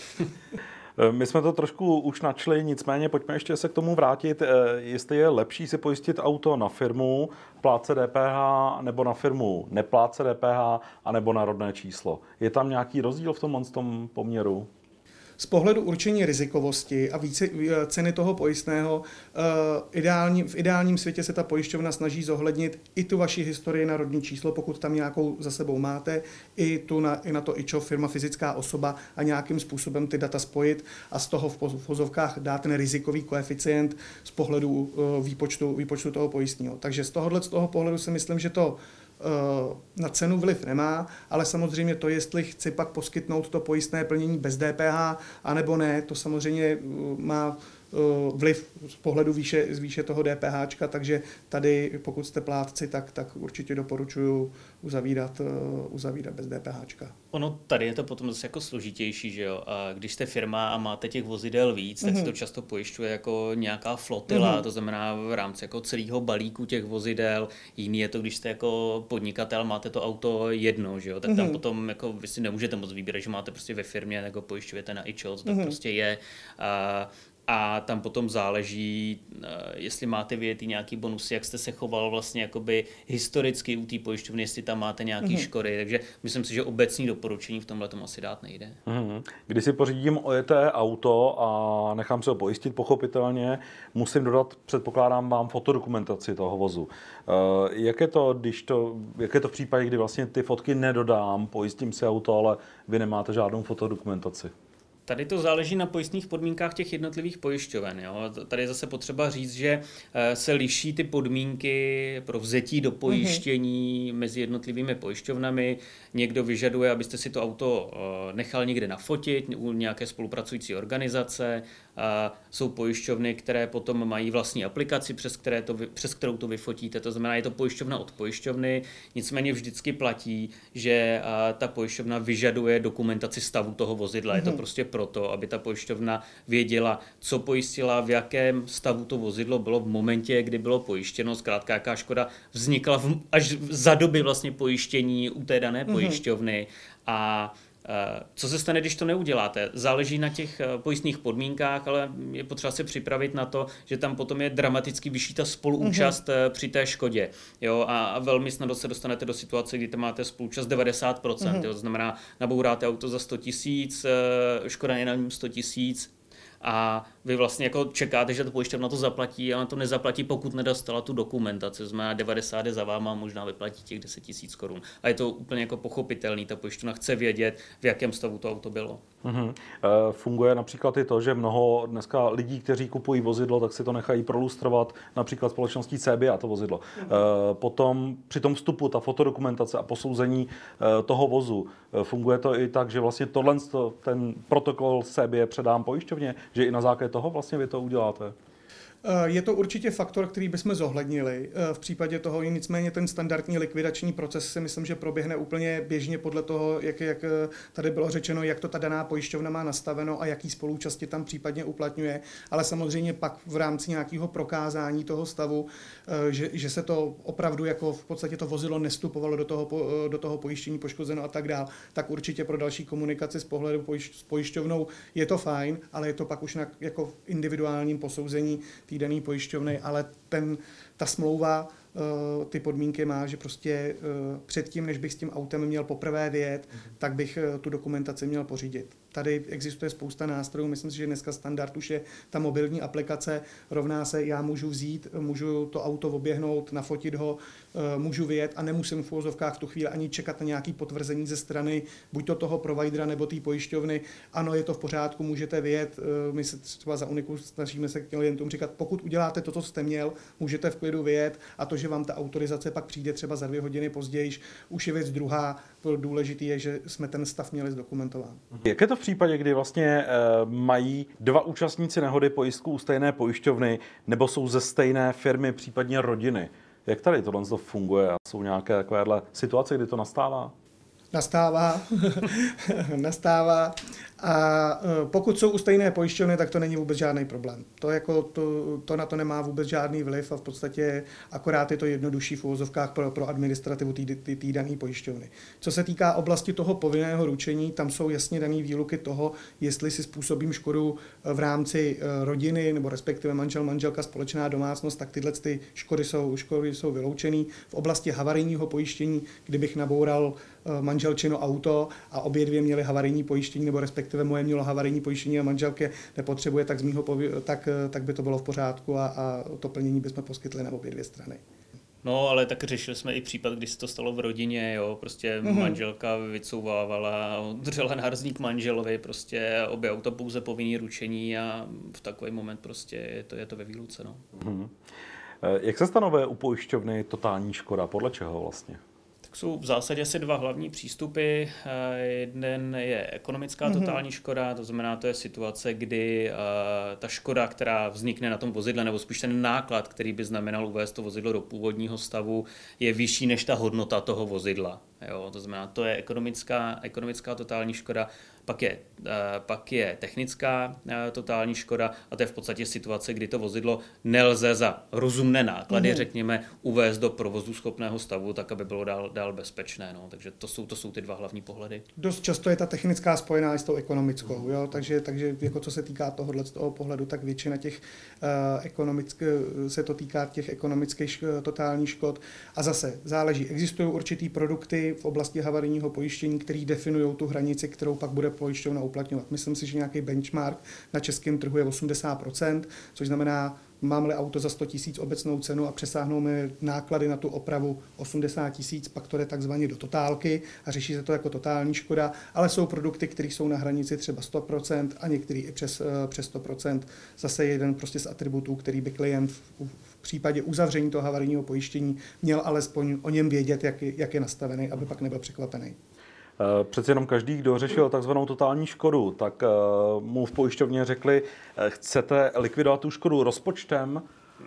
Speaker 1: My jsme to trošku už načli, nicméně pojďme ještě se k tomu vrátit, jestli je lepší si pojistit auto na firmu, plátce D P H, nebo na firmu neplátce D P H, anebo na rodné číslo. Je tam nějaký rozdíl v tom, v tom poměru?
Speaker 3: Z pohledu určení rizikovosti a více ceny toho pojistného, ideální, v ideálním světě se ta pojišťovna snaží zohlednit i tu vaši historii na rodní číslo, pokud tam nějakou za sebou máte, i, tu na, i na to I Č O, firma, fyzická osoba, a nějakým způsobem ty data spojit a z toho v vozovkách dát ten rizikový koeficient z pohledu výpočtu, výpočtu toho pojistného. Takže z tohohle z toho pohledu si myslím, že to na cenu vliv nemá, ale samozřejmě to, jestli chci pak poskytnout to pojistné plnění bez D P H, anebo ne, to samozřejmě má vliv z pohledu výše, z výše toho DPHčka, takže tady, pokud jste plátci, tak, tak určitě doporučuji uzavírat, uzavírat bez DPHčka.
Speaker 2: Ono tady je to potom zase jako složitější, že jo? A když jste firma a máte těch vozidel víc, tak mm-hmm. se to často pojišťuje jako nějaká flotila, mm-hmm. to znamená v rámci jako celého balíku těch vozidel. Jiný je to, když jste jako podnikatel, máte to auto jedno, že jo? Tak tam mm-hmm. potom jako vy si nemůžete moc vybírat, že máte prostě ve firmě, jako pojišťujete na I Č O, to tak mm-hmm. prostě je. A A tam potom záleží, jestli máte vyjetý nějaký bonusy, jak jste se choval vlastně jakoby historicky u té pojišťovny, jestli tam máte nějaký mm-hmm. škody. Takže myslím si, že obecní doporučení v tomhle tomu asi dát nejde. Mm-hmm.
Speaker 1: Když si pořídím ojeté auto a nechám se ho pojistit, pochopitelně, musím dodat, předpokládám, vám fotodokumentaci toho vozu. Jak je to, když to, jak je to v případě, kdy vlastně ty fotky nedodám, pojistím si auto, ale vy nemáte žádnou fotodokumentaci?
Speaker 2: Tady to záleží na pojistných podmínkách těch jednotlivých pojišťoven. Jo? Tady je zase potřeba říct, že se liší ty podmínky pro vzetí do pojištění mm-hmm. mezi jednotlivými pojišťovnami. Někdo vyžaduje, abyste si to auto nechal někde nafotit u nějaké spolupracující organizace. Jsou pojišťovny, které potom mají vlastní aplikaci, přes, které to, přes kterou to vyfotíte. To znamená, je to pojišťovna od pojišťovny. Nicméně vždycky platí, že ta pojišťovna vyžaduje dokumentaci stavu toho vozidla. Mm-hmm. Je to prostě proto, aby ta pojišťovna věděla, co pojistila, v jakém stavu to vozidlo bylo v momentě, kdy bylo pojištěno, zkrátka jaká škoda vznikla v, až za doby vlastně pojištění u té dané mm-hmm. pojišťovny. A co se stane, když to neuděláte? Záleží na těch pojistných podmínkách, ale je potřeba se připravit na to, že tam potom je dramaticky vyšší ta spoluúčast mm-hmm. při té škodě. Jo? A velmi snadno se dostanete do situace, kdy tam máte spoluúčast devadesát procent. Mm-hmm. Jo? To znamená, nabouráte auto za sto tisíc, škoda je na něm sto tisíc. A vy vlastně jako čekáte, že to pojišťovna to zaplatí, ale to nezaplatí, pokud nedostala tu dokumentaci. Znamená devadesát je za váma, možná vyplatí těch deset tisíc korun. A je to úplně jako pochopitelný. Ta pojišťovna chce vědět, v jakém stavu to auto bylo.
Speaker 1: Mm-hmm. E, funguje například i to, že mnoho dneska lidí, kteří kupují vozidlo, tak si to nechají prolustrovat například společností C B A to vozidlo. Mm-hmm. E, potom při tom vstupu ta fotodokumentace a posouzení e, toho vozu, e, funguje to i tak, že vlastně tohle, ten protokol C B A předám pojišťovně, že i na základě toho vlastně vy to uděláte?
Speaker 3: Je to určitě faktor, který bychom zohlednili. V případě toho nicméně ten standardní likvidační proces si myslím, že proběhne úplně běžně podle toho, jak, jak tady bylo řečeno, jak to ta daná pojišťovna má nastaveno a jaký spoluúčasti tam případně uplatňuje. Ale samozřejmě pak v rámci nějakého prokázání toho stavu, že, že se to opravdu jako v podstatě to vozidlo nestupovalo do toho, do toho pojištění, poškozeno a tak dál, tak určitě pro další komunikaci z pohledu pojišť, s pojišťovnou je to fajn, ale je to pak už na jako v individuálním posouzení té dané pojišťovny, ale ten, ta smlouva uh, ty podmínky má, že prostě uh, předtím, než bych s tím autem měl poprvé vyjet, mm-hmm. tak bych uh, tu dokumentaci měl pořídit. Tady existuje spousta nástrojů, myslím si, že dneska standard už je ta mobilní aplikace, rovná se, já můžu vzít, můžu to auto oběhnout, nafotit ho, můžu vyjet a nemusím v uvozovkách v tu chvíli ani čekat na nějaké potvrzení ze strany buď to toho providera nebo té pojišťovny. Ano, je to v pořádku, můžete vyjet. My se třeba za Uniku snažíme se klientům říkat, pokud uděláte to, co jste měl, můžete v klidu vyjet a to, že vám ta autorizace pak přijde třeba za dvě hodiny později, už je věc druhá. Důležitý je, že jsme ten stav měli zdokumentován.
Speaker 1: Jak je to v případě, kdy vlastně e, mají dva účastníci nehody pojistku u stejné pojišťovny nebo jsou ze stejné firmy, případně rodiny? Jak tady tohle funguje? Jsou nějaké takovéhle situace, kdy to nastává?
Speaker 3: Nastává, nastává a pokud jsou u stejné pojišťovny, tak to není vůbec žádný problém. To, jako to, to na to nemá vůbec žádný vliv a v podstatě akorát je to jednodušší v uvozovkách pro, pro administrativu té dané pojišťovny. Co se týká oblasti toho povinného ručení, tam jsou jasně dané výluky toho, jestli si způsobím škodu v rámci rodiny nebo respektive manžel, manželka, společná domácnost, tak tyhle ty škody jsou, škody jsou vyloučený. V oblasti havarijního pojištění, kdybych naboural manželčino auto a obě dvě měly havarijní pojištění, nebo respektive moje mělo havarijní pojištění a manželky nepotřebuje, tak, z mýho povi- tak, tak by to bylo v pořádku a, a to plnění bychom poskytli na obě dvě strany.
Speaker 2: No, ale tak řešili jsme i případ, kdy se to stalo v rodině, jo, prostě mm-hmm. manželka vycouvávala, držela nárazník manželovi, prostě obě auta pouze povinný ručení a v takový moment prostě je to, je to ve výluce, no.
Speaker 1: Mm-hmm. Jak se stanovuje u pojišťovny totální škoda? Podle čeho vlastně?
Speaker 2: Jsou v zásadě asi dva hlavní přístupy. Jeden je ekonomická totální škoda, to znamená, to je situace, kdy ta škoda, která vznikne na tom vozidle, nebo spíš ten náklad, který by znamenal uvést to vozidlo do původního stavu, je vyšší než ta hodnota toho vozidla. Jo, to znamená, to je ekonomická, ekonomická totální škoda, pak je, pak je technická totální škoda a to je v podstatě situace, kdy to vozidlo nelze za rozumné náklady, mm. řekněme, uvést do provozu schopného stavu, tak aby bylo dál, dál bezpečné. No. Takže to jsou, to jsou ty dva hlavní pohledy.
Speaker 3: Dost často je ta technická spojená s tou ekonomickou, mm. jo? Takže, takže jako co se týká tohohle z toho pohledu, tak většina těch uh, ekonomických, se to týká těch ekonomických totálních škod a zase záleží, existují určitý produkty v oblasti havarijního pojištění, který definují tu hranici, kterou pak bude pojišťovna uplatňovat. Myslím si, že nějaký benchmark na českém trhu je osmdesát procent, což znamená, mám-li auto za sto tisíc obecnou cenu a přesáhnou mi náklady na tu opravu osmdesát tisíc, pak to jde takzvaně do totálky a řeší se to jako totální škoda, ale jsou produkty, které jsou na hranici třeba sto procent a některý i přes, přes sto procent. Zase jeden prostě z atributů, který by klient v, v případě uzavření toho havarijního pojištění měl alespoň o něm vědět, jak je, jak je nastavený, aby pak nebyl překvapený.
Speaker 1: Přeci jenom každý, kdo řešil takzvanou totální škodu, tak mu v pojišťovně řekli, chcete likvidovat tu škodu rozpočtem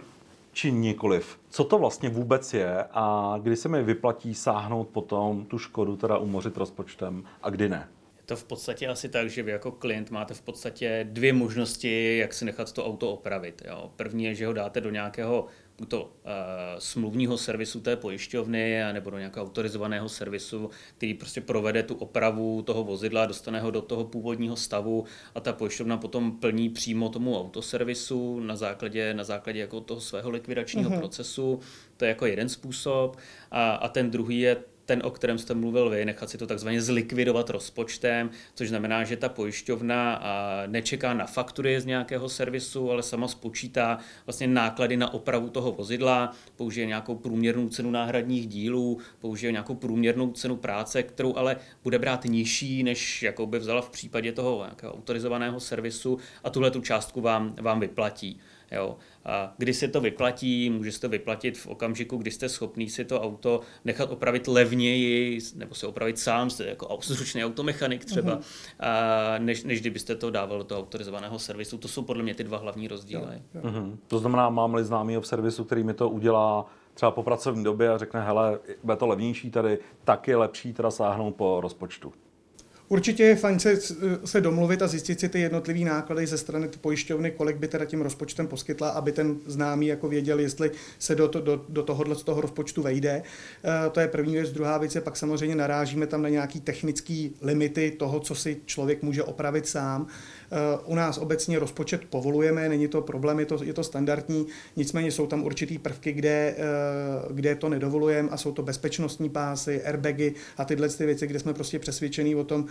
Speaker 1: či nikoliv. Co to vlastně vůbec je a kdy se mi vyplatí sáhnout potom tu škodu teda umořit rozpočtem a kdy ne?
Speaker 2: Je to v podstatě asi tak, že vy jako klient máte v podstatě dvě možnosti, jak si nechat to auto opravit. Jo. První je, že ho dáte do nějakého to uh, smluvního servisu té pojišťovny nebo do nějakého autorizovaného servisu, který prostě provede tu opravu toho vozidla, dostane ho do toho původního stavu a ta pojišťovna potom plní přímo tomu autoservisu na základě, na základě jako toho svého likvidačního mm-hmm. procesu. To je jako jeden způsob. A, a ten druhý je ten, o kterém jste mluvil vy, nechat si to takzvaně zlikvidovat rozpočtem, což znamená, že ta pojišťovna nečeká na faktury z nějakého servisu, ale sama spočítá vlastně náklady na opravu toho vozidla, použije nějakou průměrnou cenu náhradních dílů, použije nějakou průměrnou cenu práce, kterou ale bude brát nižší, než jakou by vzala v případě toho nějakého autorizovaného servisu a tuhle tu částku vám, vám vyplatí. Jo. A když se to vyplatí, může se to vyplatit v okamžiku, kdy jste schopný si to auto nechat opravit levněji, nebo se opravit sám, jste jako zručný automechanik třeba, uh-huh. a než, než kdybyste to dával do toho autorizovaného servisu. To jsou podle mě ty dva hlavní rozdíly. Jo, jo.
Speaker 1: Uh-huh. To znamená, mám-li známýho v servisu, který mi to udělá třeba po pracovní době a řekne, hele, bude to levnější tady, tak je lepší teda sáhnout po rozpočtu.
Speaker 3: Určitě je fajn se, se domluvit a zjistit si ty jednotlivý náklady ze strany pojišťovny, kolik by teda tím rozpočtem poskytla, aby ten známý jako věděl, jestli se do, to, do, do tohohle z toho rozpočtu vejde. E, to je první věc. Druhá věc je pak samozřejmě narážíme tam na nějaký technické limity toho, co si člověk může opravit sám. E, u nás obecně rozpočet povolujeme, není to problém, je to, je to standardní, nicméně jsou tam určitý prvky, kde, e, kde to nedovolujeme a jsou to bezpečnostní pásy, airbagy a tyhle ty věci, kde jsme prostě přesvědčení o tom,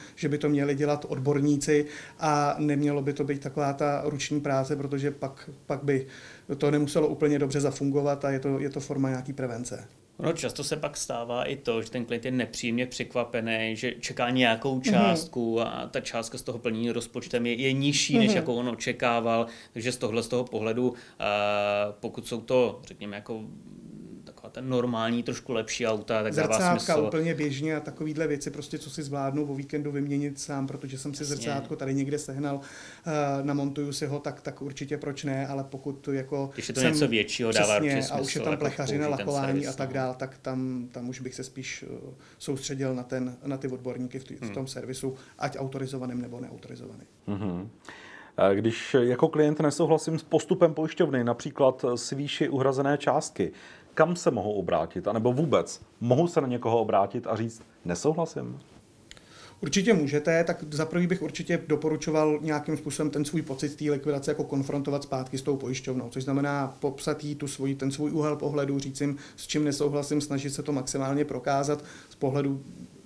Speaker 3: že by to měli dělat odborníci a nemělo by to být taková ta ruční práce, protože pak, pak by to nemuselo úplně dobře zafungovat a je to, je to forma nějaký prevence.
Speaker 2: No, často se pak stává i to, že ten klient je nepříjemně překvapený, že čeká nějakou částku mm-hmm. a ta částka z toho plnění rozpočtem je, je nižší, mm-hmm. než jakou on očekával. Takže z tohle z toho pohledu, uh, pokud jsou to, řekněme, jako taková ta normální, trošku lepší auta, tak dává smysl.
Speaker 3: Zrcátka úplně běžně a takovýhle věci, prostě co si zvládnu o víkendu vyměnit sám, protože jsem si Jasně. zrcátko tady někde sehnal, uh, namontuju si ho, tak, tak určitě proč ne, ale pokud jako
Speaker 2: když je to něco většího, dává určitě smysl.
Speaker 3: A už je tam plechařina, lakování a tak dál, tak tam, tam už bych se spíš uh, soustředil na, ten, na ty odborníky v, t- hmm. v tom servisu, ať autorizovaným nebo neautorizovaným.
Speaker 1: Hmm. Když jako klient nesouhlasím s postupem pojišťovny, například s výši uhrazené částky, kam se mohou obrátit? A nebo vůbec mohu se na někoho obrátit a říct nesouhlasím?
Speaker 3: Určitě můžete, tak za prvý bych určitě doporučoval nějakým způsobem ten svůj pocit té likvidace jako konfrontovat zpátky s tou pojišťovnou, což znamená popsat jí tu svůj, ten svůj úhel pohledu, říct jim, s čím nesouhlasím, snažit se to maximálně prokázat z pohledu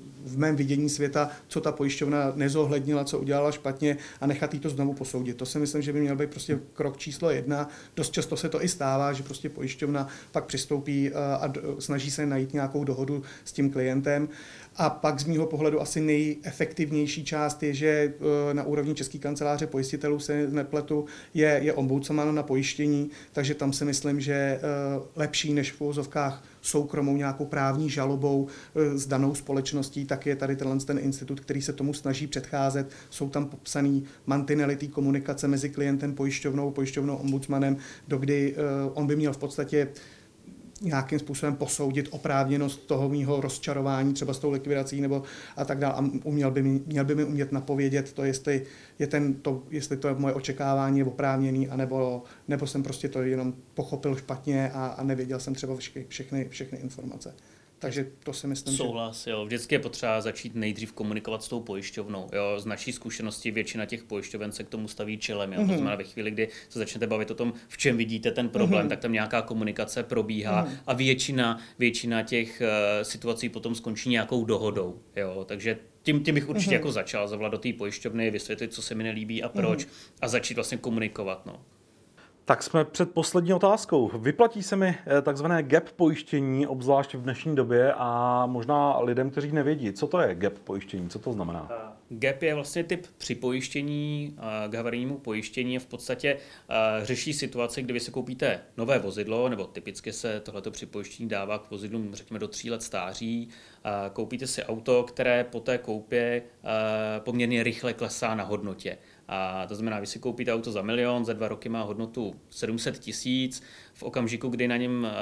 Speaker 3: v mém vidění světa, co ta pojišťovna nezohlednila, co udělala špatně a nechat jí to znovu posoudit. To si myslím, že by měl být prostě krok číslo jedna. Dost často se to i stává, že prostě pojišťovna pak přistoupí a snaží se najít nějakou dohodu s tím klientem. A pak z mýho pohledu asi nejefektivnější část je, že na úrovni České kanceláře pojistitelů se nepletu, je, je ombudsman na pojištění, takže tam si myslím, že lepší než v uvozovkách soukromou nějakou právní žalobou s danou společností, tak je tady tenhle ten institut, který se tomu snaží předcházet. Jsou tam popsaný mantinely té komunikace mezi klientem, pojišťovnou, pojišťovnou, ombudsmanem, dokdy on by měl v podstatě nějakým způsobem posoudit oprávněnost toho mýho rozčarování třeba s tou likvidací nebo a tak dále. A uměl by mi, měl by mi umět napovědět to, jestli je ten, to, jestli to je moje očekávání je oprávněný, anebo, nebo jsem prostě to jenom pochopil špatně a, a nevěděl jsem třeba všechny, všechny informace. Takže to si myslím,
Speaker 2: Souhlas,
Speaker 3: že...
Speaker 2: jo. Vždycky je potřeba začít nejdřív komunikovat s tou pojišťovnou. Jo. Z naší zkušenosti většina těch pojišťoven se k tomu staví čelem. Jo. Mm-hmm. To znamená, ve chvíli, kdy se začnete bavit o tom, v čem vidíte ten problém, mm-hmm. tak tam nějaká komunikace probíhá mm-hmm. a většina, většina těch uh, situací potom skončí nějakou dohodou. Jo. Takže tím, tím bych určitě mm-hmm. jako začal zavolat do té pojišťovny, vysvětlit, co se mi nelíbí a proč mm-hmm. a začít vlastně komunikovat. No.
Speaker 1: Tak jsme před poslední otázkou. Vyplatí se mi takzvané gap pojištění, obzvlášť v dnešní době a možná lidem, kteří nevědí, co to je gap pojištění, co to znamená?
Speaker 2: Gap je vlastně typ připojištění k havarijnímu pojištění a v podstatě řeší situaci, kdy vy si koupíte nové vozidlo, nebo typicky se tohleto připojištění dává k vozidlům, řekněme, do tří let stáří. Koupíte si auto, které po té koupě poměrně rychle klesá na hodnotě. A to znamená, vy si koupíte auto za milion, za dva roky má hodnotu sedm set tisíc, v okamžiku, kdy na něm e,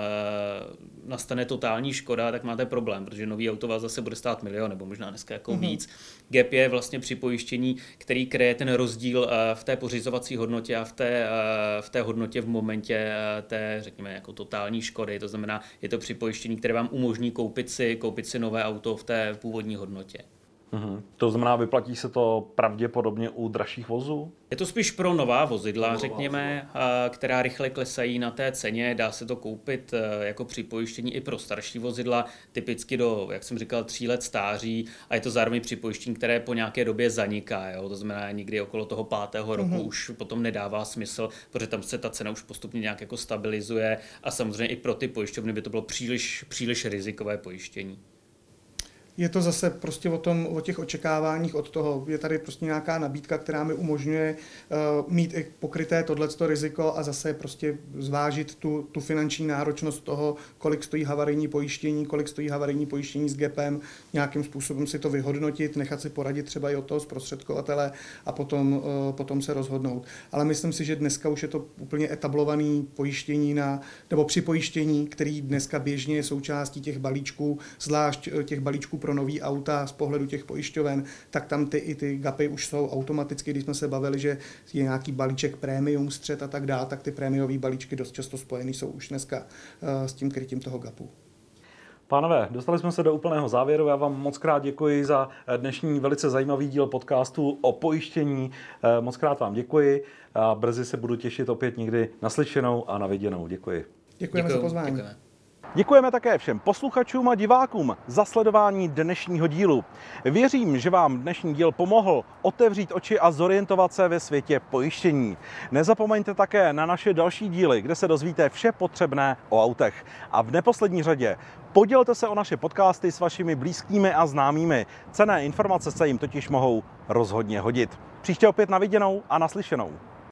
Speaker 2: nastane totální škoda, tak máte problém, protože nový auto vás zase bude stát milion, nebo možná dneska jako mm-hmm. víc. Gap je vlastně připojištění, který kryje ten rozdíl e, v té pořizovací hodnotě a v té, e, v té hodnotě v momentě e, té, řekněme, jako totální škody. To znamená, je to připojištění, které vám umožní koupit si, koupit si nové auto v té původní hodnotě.
Speaker 1: Mm-hmm. To znamená, vyplatí se to pravděpodobně u dražších vozů?
Speaker 2: Je to spíš pro nová vozidla,
Speaker 1: nová
Speaker 2: řekněme, vozidla. která rychle klesají na té ceně. Dá se to koupit jako připojištění i pro starší vozidla, typicky do, jak jsem říkal, tří let stáří a je to zároveň připojištění, které po nějaké době zaniká. Jo? To znamená, někdy okolo toho pátého roku mm-hmm. už potom nedává smysl, protože tam se ta cena už postupně nějak jako stabilizuje a samozřejmě i pro ty pojišťovny by to bylo příliš, příliš rizikové pojištění.
Speaker 3: Je to zase prostě o tom, o těch očekáváních od toho. Je tady prostě nějaká nabídka, která mi umožňuje uh, mít i pokryté tohleto riziko a zase prostě zvážit tu, tu finanční náročnost toho, kolik stojí havarijní pojištění, kolik stojí havarijní pojištění s gapem, nějakým způsobem si to vyhodnotit, nechat si poradit třeba i od toho zprostředkovatele a potom, uh, potom se rozhodnout. Ale myslím si, že dneska už je to úplně etablovaný pojištění na, nebo připojištění, který dneska běžně je součástí těch balíčků, zvlášť těch balíčků pro nový auta z pohledu těch pojišťoven, tak tam ty i ty gapy už jsou automaticky, když jsme se bavili, že je nějaký balíček premium střed a tak dále, tak ty prémiové balíčky dost často spojený jsou už dneska uh, s tím krytím toho gapu.
Speaker 1: Pánové, dostali jsme se do úplného závěru. Já vám moc krát děkuji za dnešní velice zajímavý díl podcastu o pojištění. Moc krát vám děkuji a brzy se budu těšit opět někdy naslyšenou a na viděnou. Děkuji.
Speaker 3: Děkujeme
Speaker 2: Děkuju,
Speaker 3: za pozvání.
Speaker 2: Děkujeme.
Speaker 1: Děkujeme také všem posluchačům a divákům za sledování dnešního dílu. Věřím, že vám dnešní díl pomohl otevřít oči a zorientovat se ve světě pojištění. Nezapomeňte také na naše další díly, kde se dozvíte vše potřebné o autech. A v neposlední řadě podělte se o naše podcasty s vašimi blízkými a známými. Cenné informace se jim totiž mohou rozhodně hodit. Příště opět na viděnou a naslyšenou.